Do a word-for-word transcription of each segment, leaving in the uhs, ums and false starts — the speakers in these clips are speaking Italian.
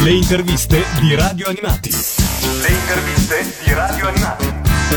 Le interviste di Radio Animati. Le interviste di Radio Animati.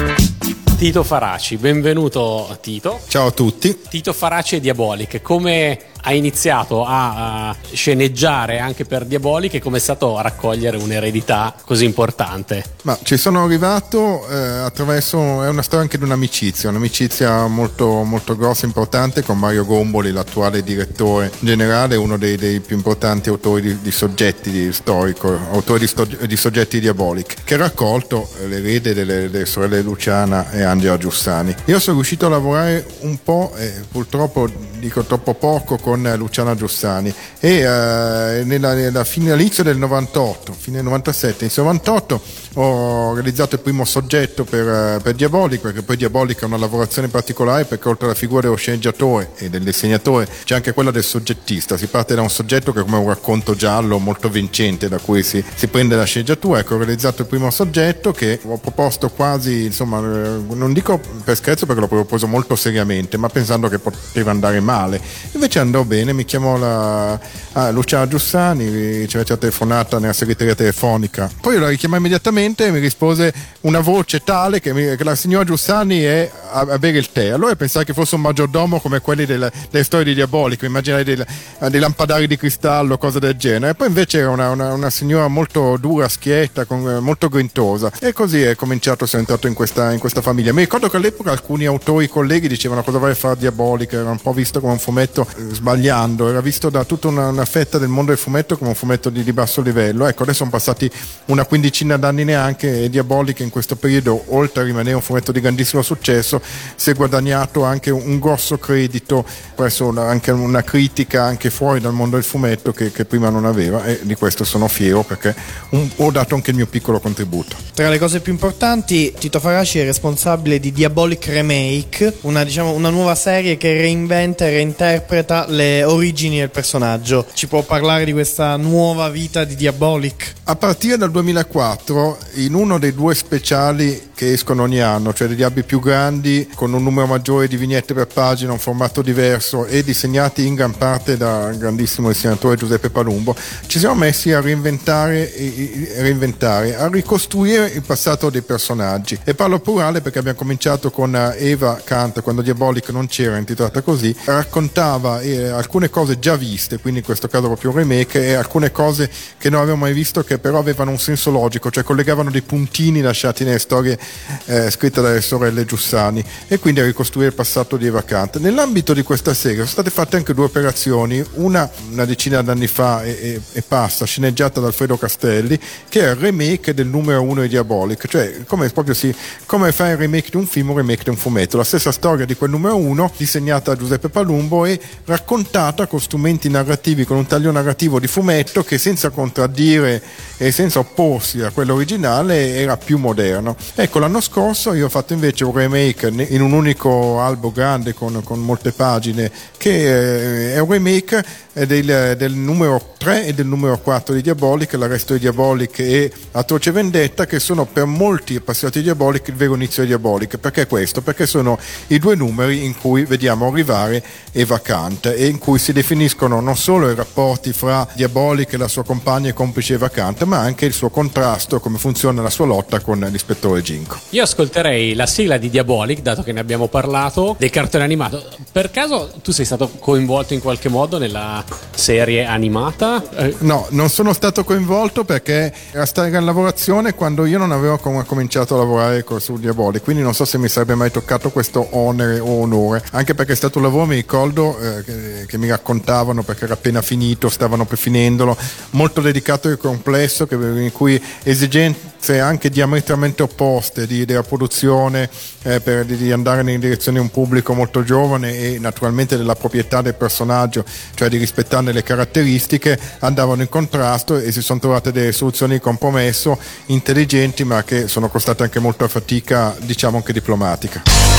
Tito Faraci, benvenuto Tito. Ciao a tutti. Tito Faraci e Diabolic, come ha iniziato a, a sceneggiare anche per Diabolic e come è stato a raccogliere un'eredità così importante? Ma ci sono arrivato eh, attraverso, è una storia anche di un'amicizia, un'amicizia molto, molto grossa e importante con Mario Gomboli, l'attuale direttore generale, uno dei, dei più importanti autori di, di soggetti di storico, autori di, sto, di soggetti Diabolic, che ha raccolto l'erede delle, delle sorelle Luciana e Angela Giussani. Io sono riuscito a lavorare un po', eh, purtroppo dico troppo poco, con Luciana Giussani e eh, nella, nella fine, all'inizio del novantotto, fine del novantasette, inizio novantotto ho realizzato il primo soggetto per, per Diabolic, perché poi Diabolic è una lavorazione particolare perché oltre alla figura dello sceneggiatore e del disegnatore c'è anche quella del soggettista. Si parte da un soggetto che è come un racconto giallo molto vincente da cui si, si prende la sceneggiatura. Ecco, ho realizzato il primo soggetto che ho proposto quasi, insomma, non dico per scherzo perché l'ho proposto molto seriamente, ma pensando che poteva andare male. Invece andò bene, mi chiamò la ah, Luciana Giussani, ci aveva telefonata nella segreteria telefonica, poi io la richiamai immediatamente e mi rispose una voce tale che, mi, che la signora Giussani è a, a bere il tè. Allora pensai che fosse un maggiordomo come quelli delle, delle storie di Diabolic, immaginai dei, dei lampadari di cristallo, cose del genere. E poi invece era una, una, una signora molto dura, schietta, con, molto grintosa, e così è cominciato, sono entrato in questa, in questa famiglia. Mi ricordo che all'epoca alcuni autori colleghi dicevano cosa vai a fare Diabolic, era un po' visto come un fumetto, eh, sbagliando, era visto da tutta una, una fetta del mondo del fumetto come un fumetto di, di basso livello. Ecco, adesso sono passati una quindicina d'anni neanche e Diabolic in questo periodo, oltre a rimanere un fumetto di grandissimo successo, si è guadagnato anche un grosso credito presso una, anche una critica anche fuori dal mondo del fumetto che, che prima non aveva, e di questo sono fiero perché un, ho dato anche il mio piccolo contributo. Tra le cose più importanti, Tito Faraci è responsabile di Diabolic Remake, una, diciamo, una nuova serie che reinventa e reinterpreta le origini del personaggio. Ci può parlare di questa nuova vita di Diabolic? A partire dal duemilaquattro, in uno dei due speciali che escono ogni anno, cioè degli albi più grandi con un numero maggiore di vignette per pagina, un formato diverso e disegnati in gran parte dal grandissimo disegnatore Giuseppe Palumbo, ci siamo messi a reinventare, a reinventare, a ricostruire il passato dei personaggi. E parlo plurale perché abbiamo cominciato con Eva Kant, quando Diabolic non c'era, intitolata così, raccontava eh, alcune cose già viste, quindi in questo caso proprio un remake, e alcune cose che non avevamo mai visto che però avevano un senso logico, cioè collegavano dei puntini lasciati nelle storie eh, scritte dalle sorelle Giussani, e quindi a ricostruire il passato di Eva Kant. Nell'ambito di questa serie sono state fatte anche due operazioni, una una decina d'anni fa e, e, e passa, sceneggiata da Alfredo Castelli, che è il remake del numero uno di Diabolic, cioè come proprio si come fare il remake di un film, un remake di un fumetto, la stessa storia di quel numero uno disegnata da Giuseppe Palumbo e raccontata con strumenti narrativi, con un taglio narrativo di fumetto che senza contraddire e senza opporsi a quello originale era più moderno. Ecco, l'anno scorso io ho fatto invece un remake in un unico albo grande con, con molte pagine, che è un remake del, del numero tre e del numero quattro di Diabolic, l'Arresto di Diabolic e Atroce Vendetta, che sono per molti appassionati di Diabolic il vero inizio di Diabolic. Perché questo? Perché sono i due numeri in cui vediamo arrivare Eva Kant e in cui si definiscono non solo i rapporti fra Diabolic e la sua compagna e complice Eva Kant, ma anche il suo contrasto, come funziona la sua lotta con l'ispettore Ginko. Io ascolterei la sigla di Diabolic, dato che ne abbiamo parlato, del cartone animato. Per caso tu sei stato coinvolto in qualche modo nella serie animata? Eh. No, non sono stato coinvolto perché era stata in lavorazione quando io non avevo com- cominciato a lavorare su Diabolic, quindi non so se mi sarebbe mai toccato questo onere o onore, anche perché è stato un lavoro, mi ricordo, eh, che, che mi raccontavano perché era appena finito, stavano per finendolo, molto dedicato e complesso, che, in cui esigenze anche diametralmente opposte di, della produzione, eh, per di, di andare in direzione di un pubblico molto giovane e naturalmente della proprietà del personaggio, cioè di rispettarne le caratteristiche, andavano in contrasto e si sono trovate delle soluzioni di compromesso intelligenti, ma che sono costate anche molta fatica, diciamo anche diplomatica.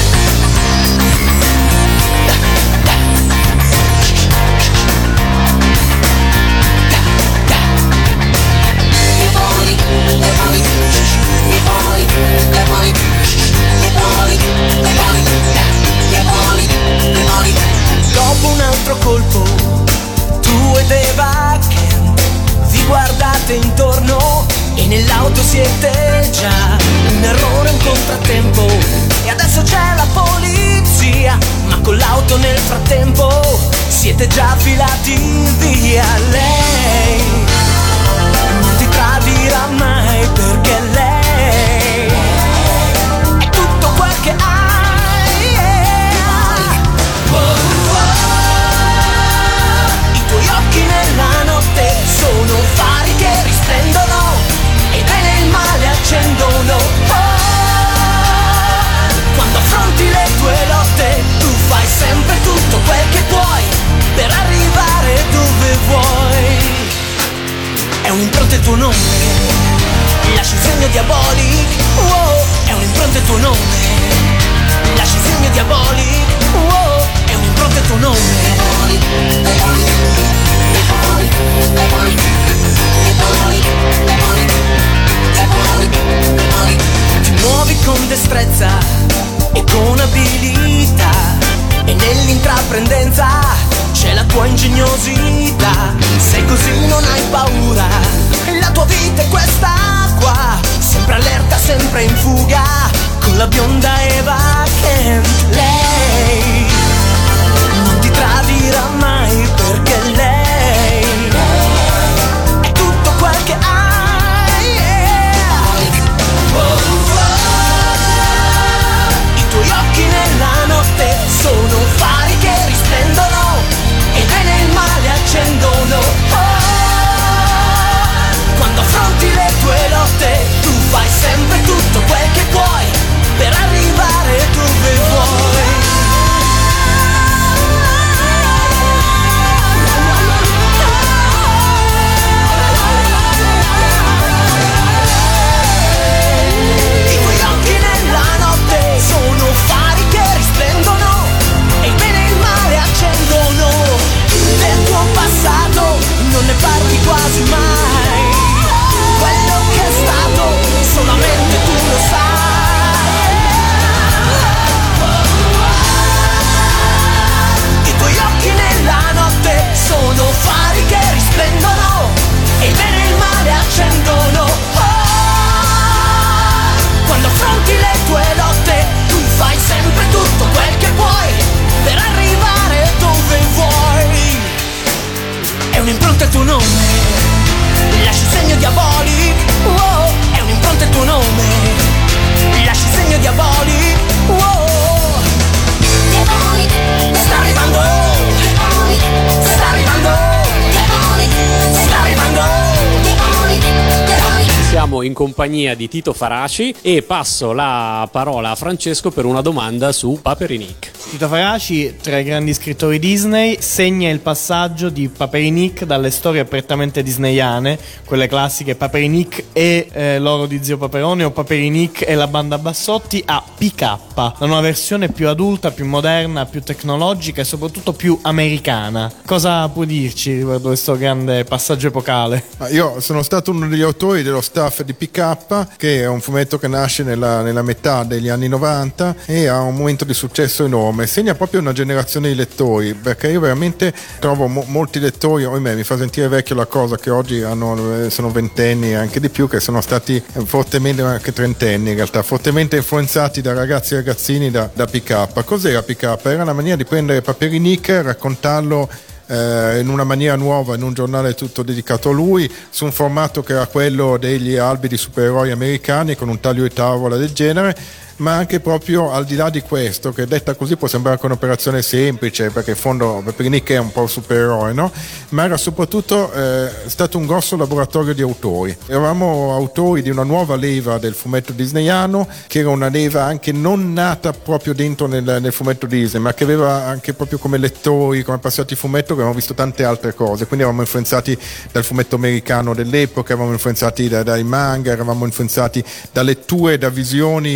Dopo un altro colpo, tu ed Eva Kant vi guardate intorno nell'auto siete già un errore, un contrattempo, e adesso c'è la polizia, ma con l'auto nel frattempo siete già filati via. Lei non ti tradirà mai, perché lei è tutto quel che hai, yeah. Oh, oh. I tuoi occhi nella notte sono fari che risplendono, e il bene e il male accendono. Oh, quando affronti le tue lotte tu fai sempre tutto quel che puoi per arrivare dove vuoi. È un'impronta il tuo nome, lasci il segno diabolico. Oh, è un'impronta il tuo nome, lasci il segno diabolico. Oh, è un'impronta il tuo nome. Ti muovi con destrezza e con abilità, e nell'intraprendenza c'è la tua ingegnosità. Sei così, non hai paura, la tua vita è questa qua, sempre allerta, sempre in fuga, con la bionda Eva Kent. Lei non ti tradirà mai, perché lei è tutto quel che hai, yeah. Oh, oh. I tuoi occhi nella notte sono fari che risplendono, e il bene e il male accendono. Oh, quando affronti le tue lotte tu fai sempre tutto quel che puoi per arrivare dove vuoi. I tuoi occhi nella notte sono fari che risplendono, e il bene e il male accendono. Del tuo passato non ne parli quasi mai, quello che è stato solamente tu lo sai. I tuoi occhi nella notte sono fari che risplendono, e il bene e il male accendono. Oh, quando affronti le tue lotte tu fai sempre tutto quel che puoi per arrivare dove vuoi. È un'impronta il tuo nome, lasci il segno diabolico. Oh, è un'impronta il tuo nome, lasci il segno diabolico. Oh, sta arrivando, sta arrivando, sta arrivando. Siamo in compagnia di Tito Faraci e passo la parola a Francesco per una domanda su Paperinik. Tito Faraci, tra i grandi scrittori Disney, segna il passaggio di Paperinik dalle storie prettamente disneyane, quelle classiche Paperinik e eh, l'oro di zio Paperone o Paperinik e la banda Bassotti, a P K, la nuova versione più adulta, più moderna, più tecnologica e soprattutto più americana. Cosa puoi dirci riguardo questo grande passaggio epocale? Io sono stato uno degli autori dello staff di P K, che è un fumetto che nasce nella, nella metà degli anni novanta e ha un momento di successo enorme. Segna proprio una generazione di lettori, perché io veramente trovo mo- molti lettori, ohimè, mi fa sentire vecchio la cosa, che oggi hanno, sono ventenni e anche di più, che sono stati fortemente, anche trentenni in realtà, fortemente influenzati da ragazzi e ragazzini da, da P K. Cos'era P K? Era una maniera di prendere Paperinik e raccontarlo Eh, in una maniera nuova, in un giornale tutto dedicato a lui, su un formato che era quello degli albi di supereroi americani, con un taglio di tavola del genere, ma anche proprio al di là di questo, che detta così può sembrare anche un'operazione semplice, perché in fondo Paperinik è un po' un supereroe, no? Ma era soprattutto eh, stato un grosso laboratorio di autori. Eravamo autori di una nuova leva del fumetto disneyano, che era una leva anche non nata proprio dentro nel, nel fumetto Disney, ma che aveva anche proprio come lettori, come appassionati di fumetto, che avevamo visto tante altre cose. Quindi eravamo influenzati dal fumetto americano dell'epoca, eravamo influenzati da, dai manga, eravamo influenzati da letture, da visioni di, eh,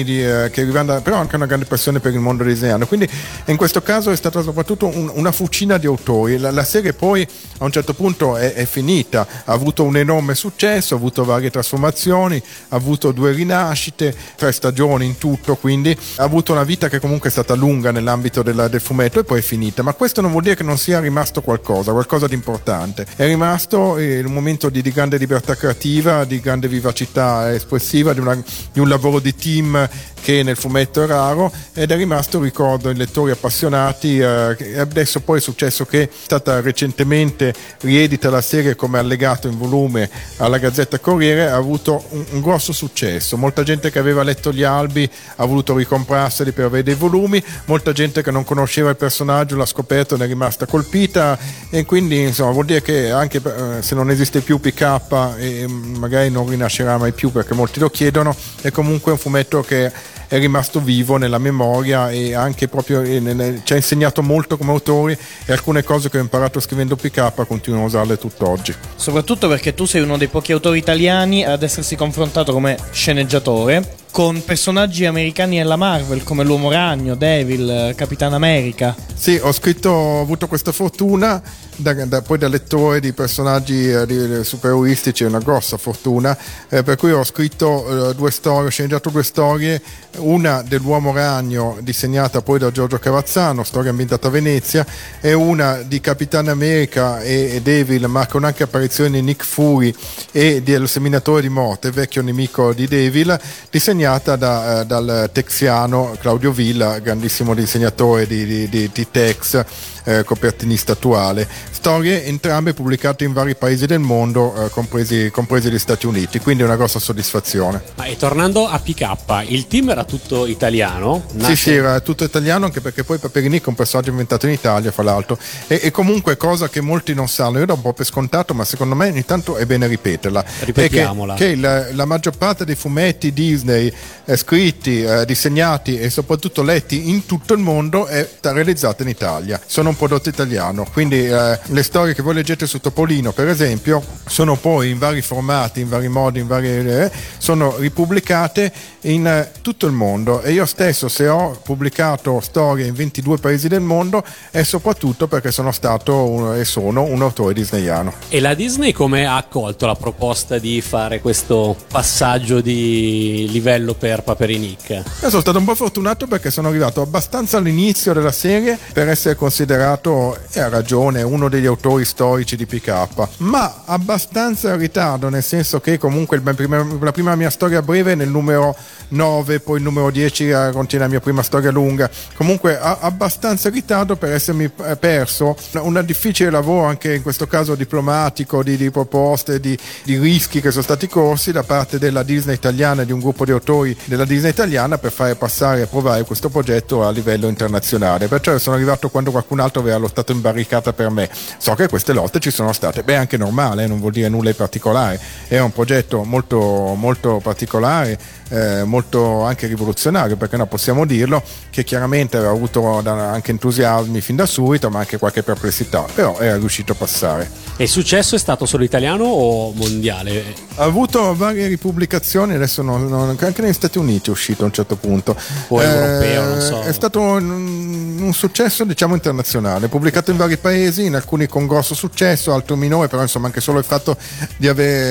eh, che riguarda però anche una grande passione per il mondo disneyano, quindi in questo caso è stata soprattutto un, una fucina di autori. La, la serie poi a un certo punto è, è finita, ha avuto un enorme successo, ha avuto varie trasformazioni, ha avuto due rinascite, tre stagioni in tutto, quindi ha avuto una vita che comunque è stata lunga nell'ambito della, del fumetto e poi è finita, ma questo non vuol dire che non sia rimasto qualcosa, qualcosa di importante. È rimasto eh, un momento di, di grande libertà creativa, di grande vivacità espressiva, di, una, di un lavoro di team che nel fumetto è raro, ed è rimasto, ricordo, i lettori appassionati. Eh, adesso poi è successo che è stata recentemente riedita la serie come allegato in volume alla Gazzetta Corriere, ha avuto un, un grosso successo. Molta gente che aveva letto gli albi ha voluto ricomprarseli per avere dei volumi, molta gente che non conosceva il personaggio l'ha scoperto e ne è rimasta colpita, e quindi insomma vuol dire che anche eh, se non esiste più P K e magari non rinascerà mai più perché molti lo chiedono, è comunque un fumetto che è rimasto vivo nella memoria e anche proprio eh, ci ha insegnato molto come autori, e alcune cose che ho imparato scrivendo P K continuo a usarle tutt'oggi. Soprattutto perché tu sei uno dei pochi autori italiani ad essersi confrontato come sceneggiatore con personaggi americani nella Marvel come l'Uomo Ragno, Devil, Capitan America. Sì, ho scritto, ho avuto questa fortuna da, da, poi da lettore di personaggi eh, di, supereroistici, è una grossa fortuna, eh, per cui ho scritto eh, due storie, ho sceneggiato due storie, una dell'Uomo Ragno disegnata poi da Giorgio Cavazzano, storia ambientata a Venezia, e una di Capitan America e, e Devil, ma con anche apparizioni di Nick Fury e del Seminatore di Morte, vecchio nemico di Devil, disegnata da, eh, dal texiano Claudio Villa, grandissimo disegnatore di, di, di, di Tex, eh, copertinista attuale. Storie entrambe pubblicate in vari paesi del mondo, eh, compresi, compresi gli Stati Uniti, quindi una grossa soddisfazione. Ma e tornando a P K, il team era tutto italiano? Nasce... Sì, sì, era tutto italiano, anche perché poi Paperini è un personaggio inventato in Italia, fra l'altro, e, e comunque cosa che molti non sanno, io do un po' per scontato, ma secondo me ogni tanto è bene ripeterla. Ripetiamola. È che, che la, la maggior parte dei fumetti Disney eh, scritti, eh, disegnati e soprattutto letti in tutto il mondo è realizzata in Italia, sono un prodotto italiano, quindi eh, le storie che voi leggete su Topolino, per esempio, sono poi in vari formati, in vari modi, in varie, eh, sono ripubblicate in eh, tutto il mondo, e io stesso, se ho pubblicato storie in ventidue paesi del mondo, è soprattutto perché sono stato un, e sono un autore disneyano. E la Disney come ha accolto la proposta di fare questo passaggio di livello per Paperinik? Io sono stato un po' fortunato perché sono arrivato abbastanza all'inizio della serie per essere considerato, e ha ragione, uno degli autori storici di P K, ma abbastanza in ritardo, nel senso che comunque il prima, la prima mia storia breve nel numero nove, poi il numero dieci contiene la mia prima storia lunga, comunque a, abbastanza in ritardo per essermi perso un difficile lavoro, anche in questo caso diplomatico, di, di proposte, di, di rischi che sono stati corsi da parte della Disney italiana e di un gruppo di autori della Disney italiana per fare passare e approvare questo progetto a livello internazionale. Perciò sono arrivato quando qualcun altro aveva lottato in barricata per me. So che queste lotte ci sono state, beh, anche normale, eh, non vuol dire nulla di particolare, era un progetto molto, molto particolare, eh, molto anche rivoluzionario, perché no, possiamo dirlo, che chiaramente aveva avuto anche entusiasmi fin da subito, ma anche qualche perplessità, però era riuscito a passare. E il successo è stato solo italiano o mondiale? Ha avuto varie ripubblicazioni, adesso non, non, anche negli Stati Uniti è uscito a un certo punto, o eh, europeo, non so. È stato un, un successo, diciamo, internazionale, pubblicato in vari paesi, in alcuni con grosso successo, altro minore, però insomma anche solo il fatto di,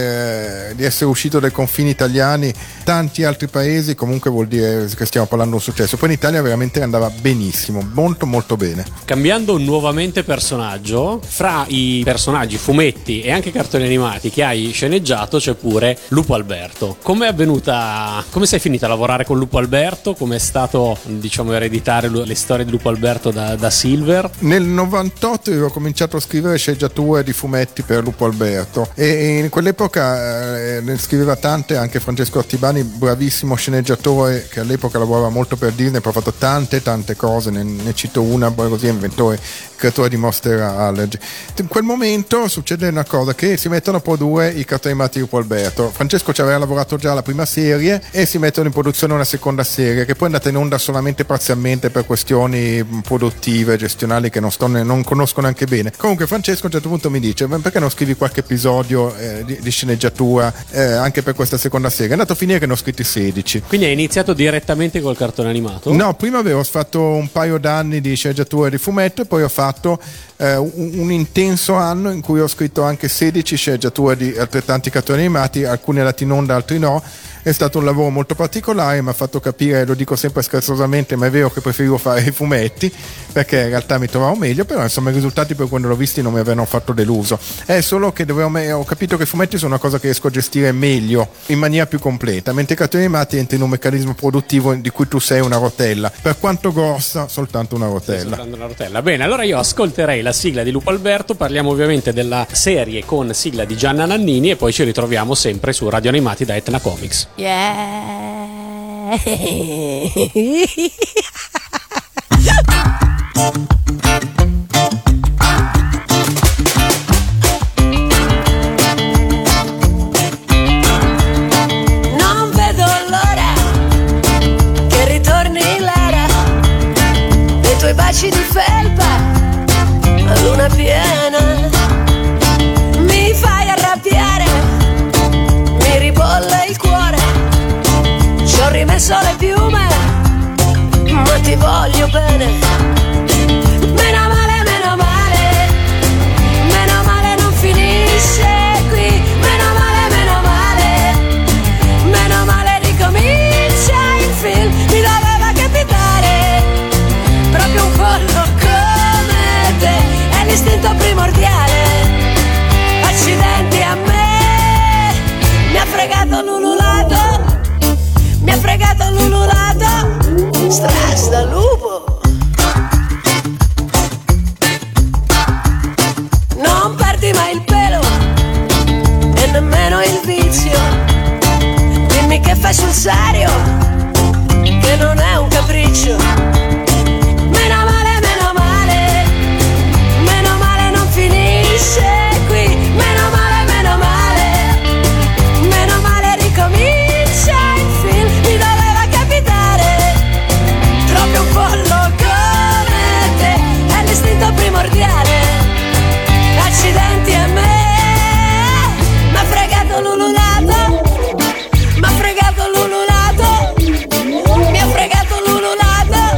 aver, di essere uscito dai confini italiani, tanti altri paesi, comunque vuol dire che stiamo parlando di un successo. Poi in Italia veramente andava benissimo, molto molto bene. Cambiando nuovamente personaggio, fra i personaggi, fumetti e anche cartoni animati che hai sceneggiato c'è pure Lupo Alberto. Come è avvenuta, come sei finita a lavorare con Lupo Alberto? Come è stato, diciamo, ereditare le storie di Lupo Alberto da, da Silver? Nel novantotto io ho cominciato a scrivere sceneggiature di fumetti per Lupo Alberto, e in quell'epoca eh, ne scriveva tante anche Francesco Artibani, bravissimo sceneggiatore che all'epoca lavorava molto per Disney, poi ha fatto tante tante cose, ne, ne cito una, poi così inventore, creatore di Monster Allergy. In quel momento succede una cosa, che si mettono a produrre i cartoni animati di Lupo Alberto. Francesco ci aveva lavorato già alla prima serie e si mettono in produzione una seconda serie che poi è andata in onda solamente parzialmente per questioni produttive, gestionali originali che non, sto ne, non conosco neanche bene. Comunque Francesco a un certo punto mi dice: ma perché non scrivi qualche episodio eh, di, di sceneggiatura eh, anche per questa seconda serie? È andato a finire che ne ho scritti sedici. Quindi hai iniziato direttamente col cartone animato? No, prima avevo fatto un paio d'anni di sceneggiatura di fumetto e poi ho fatto eh, un, un intenso anno in cui ho scritto anche sedici sceneggiature di altrettanti cartoni animati, alcuni andati in onda, altri no. È stato un lavoro molto particolare, mi ha fatto capire, lo dico sempre scherzosamente, ma è vero che preferivo fare i fumetti perché in realtà mi trovavo meglio, però insomma i risultati poi quando l'ho visti non mi avevano fatto deluso. È solo che dovevo, ho capito che i fumetti sono una cosa che riesco a gestire meglio, in maniera più completa, mentre i cartoni animati entri in un meccanismo produttivo di cui tu sei una rotella, per quanto grossa soltanto una rotella. Soltanto una rotella. Bene, allora io ascolterei la sigla di Lupo Alberto, parliamo ovviamente della serie con sigla di Gianna Nannini e poi ci ritroviamo sempre su Radio Animati da Etna Comics. Yeah. Non vedo l'ora che ritorni l'era dei tuoi baci di felpa a luna piena. Mi fai arrabbiare, mi ribolle il cuore. Ci ho rimesso le piume, ma ti voglio bene. Meno male, meno male, meno male non finisce qui. Meno male, meno male, meno male ricomincia il film. Mi doveva capitare proprio un pollo come te, è l'istinto primordiale. Accidenti a me, mi ha fregato l'ululato. Mi ha fregato l'ululato, stras da lupo. Non perdi mai il pelo e nemmeno il vizio. Dimmi che fai sul serio, che non è un capriccio. Meno male, meno male, meno male non finisce qui. Meno male, meno male, meno male ricomincia il film. Mi doveva capitare proprio un pollo come te, è l'istinto primordiale. Accidenti a me, m'ha fregato l'ululato, m'ha fregato l'ululato, mi ha fregato l'ululato.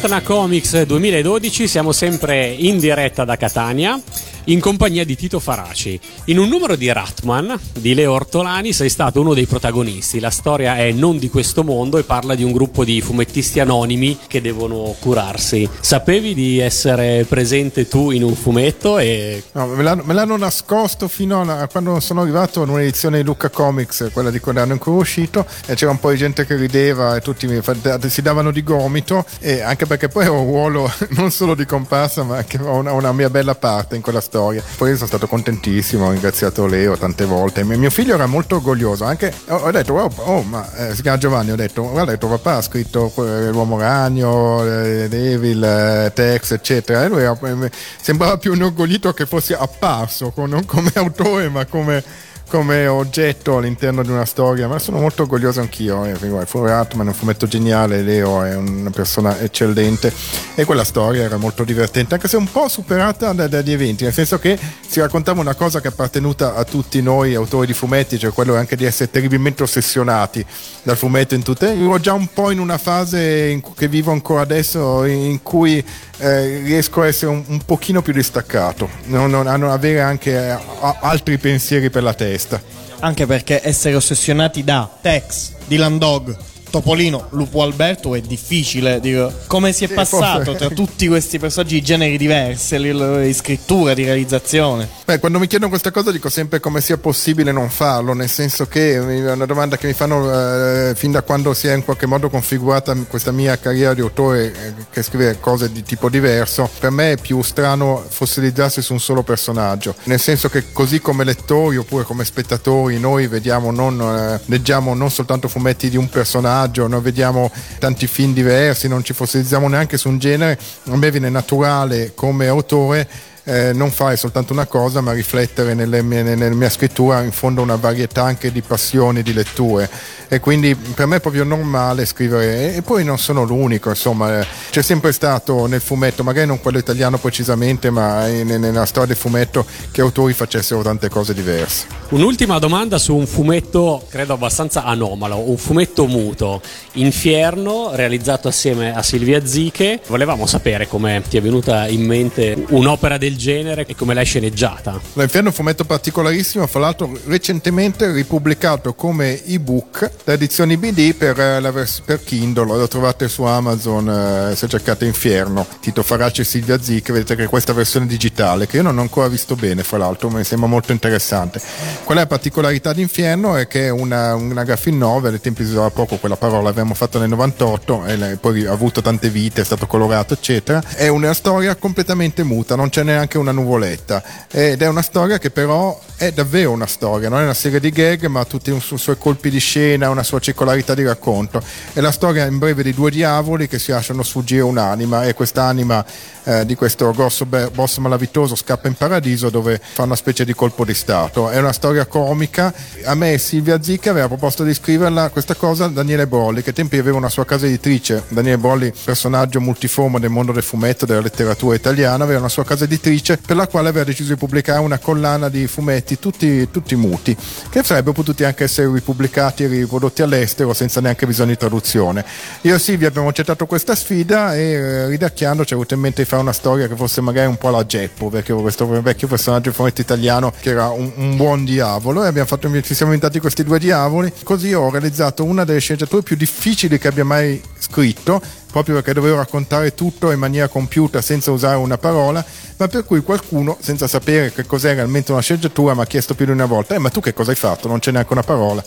Etna Comics duemiladodici siamo sempre in diretta da Catania in compagnia di Tito Faraci. In un numero di Ratman di Leo Ortolani sei stato uno dei protagonisti. La storia è non di questo mondo e parla di un gruppo di fumettisti anonimi che devono curarsi. Sapevi di essere presente tu in un fumetto? E... No, me, l'hanno, me l'hanno nascosto fino a quando sono arrivato in un'edizione di Lucca Comics, quella di quell'anno in cui è uscito, e c'era un po' di gente che rideva e tutti mi, si davano di gomito, e anche perché poi ho un ruolo non solo di comparsa ma anche ho una, una mia bella parte in quella storia. Poi sono stato contentissimo, ho ringraziato Leo tante volte. Mio figlio era molto orgoglioso, anche ho, ho detto oh, oh ma eh, si chiama Giovanni, ho detto guarda, tuo papà ha scritto eh, l'Uomo Ragno, eh, Devil, eh, Tex eccetera, e lui era, eh, sembrava più inorgoglito che fosse apparso non come autore ma come come oggetto all'interno di una storia, ma sono molto orgoglioso anch'io. Fu Ratman, è un fumetto geniale, Leo è una persona eccellente e quella storia era molto divertente, anche se un po' superata dagli eventi, nel senso che si raccontava una cosa che è appartenuta a tutti noi autori di fumetti, cioè quello anche di essere terribilmente ossessionati dal fumetto in tutte. Io ero già un po' in una fase in cui, che vivo ancora adesso, in cui eh, riesco a essere un, un pochino più distaccato, non, non, a non avere anche eh, altri pensieri per la testa. Anche perché essere ossessionati da Tex, Dylan Dog, Topolino, Lupo Alberto è difficile, dico. Come si è sì, passato forse... tra tutti questi personaggi di generi diversi, di scrittura, di realizzazione? Beh, quando mi chiedono questa cosa dico sempre come sia possibile non farlo, nel senso che è una domanda che mi fanno eh, fin da quando si è in qualche modo configurata questa mia carriera di autore eh, che scrive cose di tipo diverso. Per me è più strano fossilizzarsi su un solo personaggio, nel senso che così come lettori oppure come spettatori noi vediamo non, eh, leggiamo non soltanto fumetti di un personaggio, noi vediamo tanti film diversi, non ci fossilizziamo neanche su un genere. A me viene naturale come autore Eh, non fare soltanto una cosa ma riflettere nelle mie, nella mia scrittura in fondo una varietà anche di passioni, di letture, e quindi per me è proprio normale scrivere. E poi non sono l'unico, insomma, c'è sempre stato nel fumetto, magari non quello italiano precisamente, ma nella storia del fumetto, che autori facessero tante cose diverse. Un'ultima domanda su un fumetto credo abbastanza anomalo, un fumetto muto, Infierno, realizzato assieme a Silvia Ziche. Volevamo sapere come ti è venuta in mente un'opera del genere e come l'hai sceneggiata. L'Inferno è un fumetto particolarissimo, fra l'altro recentemente ripubblicato come ebook da Edizioni B D per, la vers- per Kindle. Lo trovate su Amazon eh, se cercate Infierno, Tito Faraci e Silvia Ziche, vedete che questa versione digitale che io non ho ancora visto bene, fra l'altro mi sembra molto interessante. Qual è la particolarità di Infierno? È che è una, una graphic novel, ai tempi si usava poco quella parola, l'abbiamo fatto nel novantotto e poi ha avuto tante vite, è stato colorato eccetera. È una storia completamente muta, non c'è neanche una nuvoletta, ed è una storia che però è davvero una storia, non è una serie di gag ma ha tutti i su- suoi colpi di scena, una sua circolarità di racconto. È la storia in breve di due diavoli che si lasciano sfuggire un'anima, e quest'anima eh, di questo grosso be- boss malavitoso scappa in paradiso dove fa una specie di colpo di stato. È una storia comica. A me Silvia Ziche aveva proposto di scriverla questa cosa Daniele Brolli, che ai tempi aveva una sua casa editrice. Daniele Brolli, personaggio multiforme del mondo del fumetto, della letteratura italiana, aveva una sua casa editrice per la quale aveva deciso di pubblicare una collana di fumetti tutti, tutti muti, che sarebbero potuti anche essere ripubblicati e riprodotti all'estero senza neanche bisogno di traduzione. Io e Silvia abbiamo accettato questa sfida e eh, ridacchiando ci è avuto in mente di fare una storia che fosse magari un po' alla Geppo, perché questo vecchio personaggio di fumetto italiano che era un, un buon diavolo, e abbiamo fatto, ci siamo inventati questi due diavoli. Così ho realizzato una delle sceneggiature più difficili che abbia mai scritto, proprio perché dovevo raccontare tutto in maniera compiuta senza usare una parola, ma per cui qualcuno, senza sapere che cos'è realmente una sceneggiatura, mi ha chiesto più di una volta: eh ma tu che cosa hai fatto? Non c'è neanche una parola.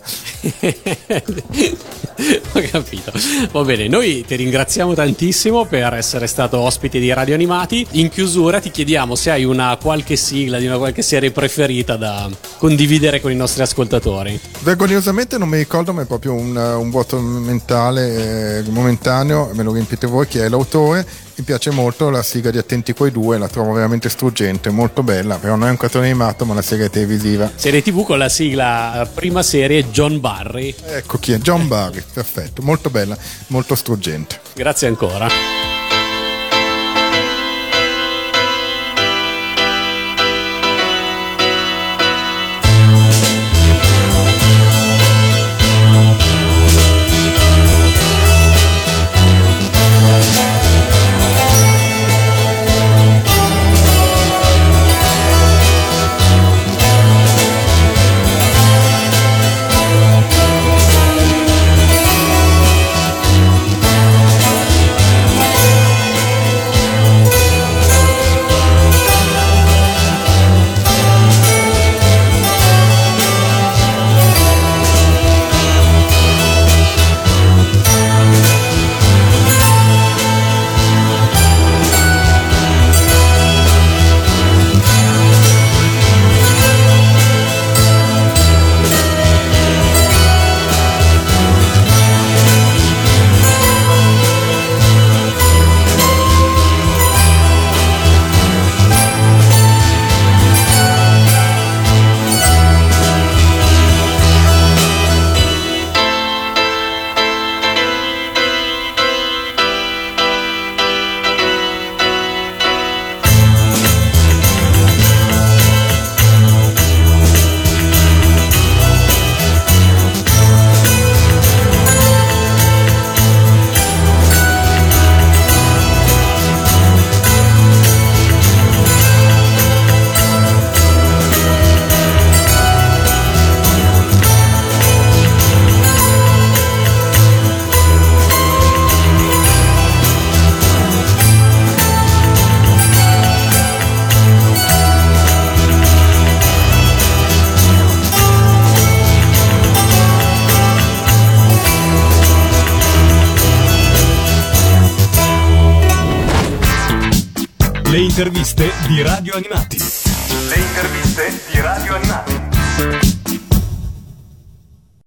Ho capito. Va bene, noi ti ringraziamo tantissimo per essere stato ospite di Radio Animati. In chiusura ti chiediamo se hai una qualche sigla di una qualche serie preferita da condividere con i nostri ascoltatori. Vergognosamente non mi ricordo, ma è proprio un, un vuoto mentale eh, momentaneo, me lo riempite voi, chi è l'autore. Mi piace molto la sigla di Attenti quei due, la trovo veramente struggente, molto bella, però non è un cartone animato ma una serie televisiva. Serie tv con la sigla prima serie John Barry. Ecco chi è, John Barry, perfetto, molto bella, molto struggente. Grazie ancora. Le interviste di Radio Animati. Le interviste